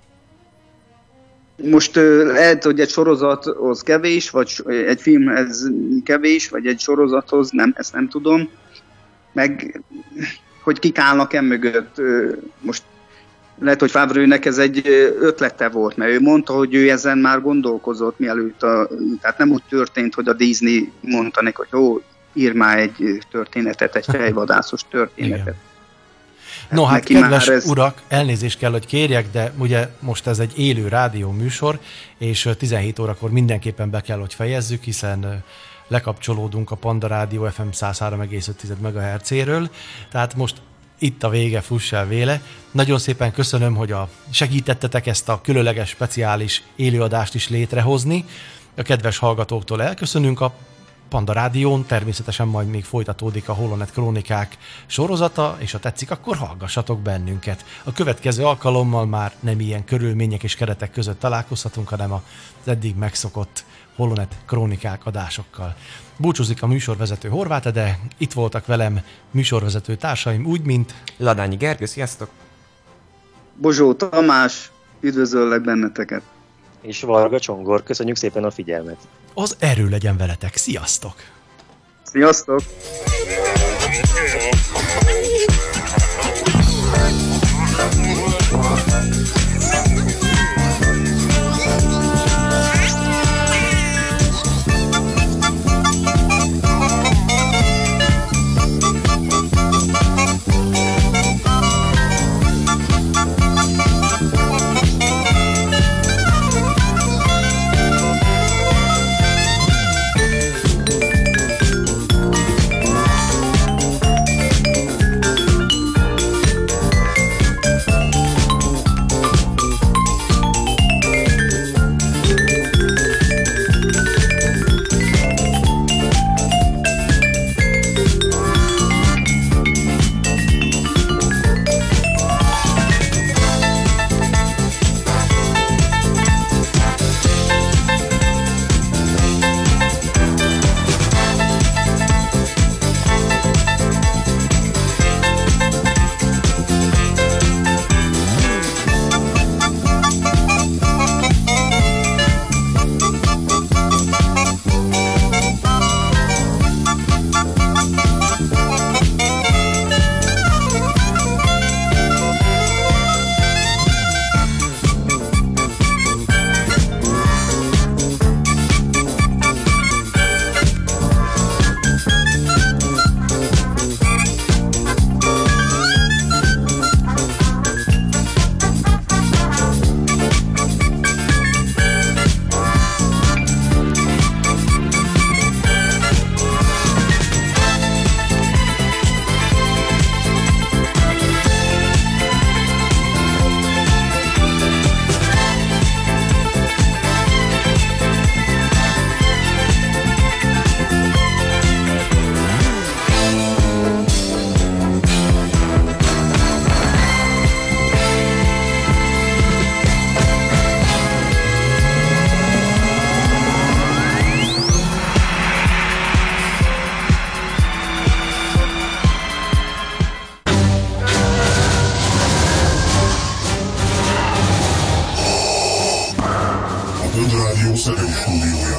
Most lehet, hogy egy sorozathoz kevés, vagy egy filmhez kevés, vagy egy sorozathoz, ezt nem tudom. Meg, hogy kik állnak mögött. Most lehet, hogy Favre-nek ez egy ötlete volt, mert ő mondta, hogy ő ezen már gondolkozott, mielőtt tehát nem úgy történt, hogy a Disney mondta neki, hogy ír már egy történetet, egy fejvadászos történetet. Igen. No, hát kedves urak, elnézést kell, hogy kérjek, de ugye most ez egy élő rádió műsor, és 17 órakor mindenképpen be kell, hogy fejezzük, hiszen lekapcsolódunk a Panda Rádió FM 103,5 MHz-éről, tehát most itt a vége, fuss el véle. Nagyon szépen köszönöm, hogy segítettetek ezt a különleges, speciális élőadást is létrehozni. A kedves hallgatóktól elköszönünk a Panda Rádión, természetesen majd még folytatódik a Holonet Krónikák sorozata, és ha tetszik, akkor hallgassatok bennünket. A következő alkalommal már nem ilyen körülmények és keretek között találkozhatunk, hanem az eddig megszokott Holonet Krónikák adásokkal. Búcsúzik a műsorvezető Horváth Ede, itt voltak velem műsorvezető társaim, úgy, mint Ladányi Gergő, sziasztok! Bozsó Tamás, üdvözöllek benneteket! És Varga Csongor, köszönjük szépen a figyelmet! Az erő legyen veletek, sziasztok! Sziasztok! Szegedi stúdiója,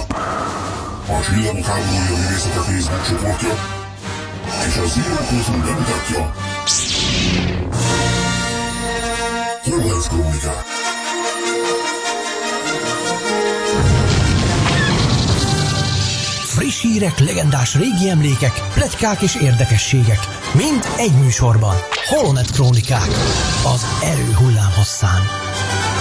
a Csillagok háborúja művészete Facebook csoportja és a Zero.hu bemutatja Holonet Krónikák. Friss hírek, legendás régi emlékek, pletykák és érdekességek. Mind egy műsorban. Holonet Krónikák. Az erő hullámhosszán.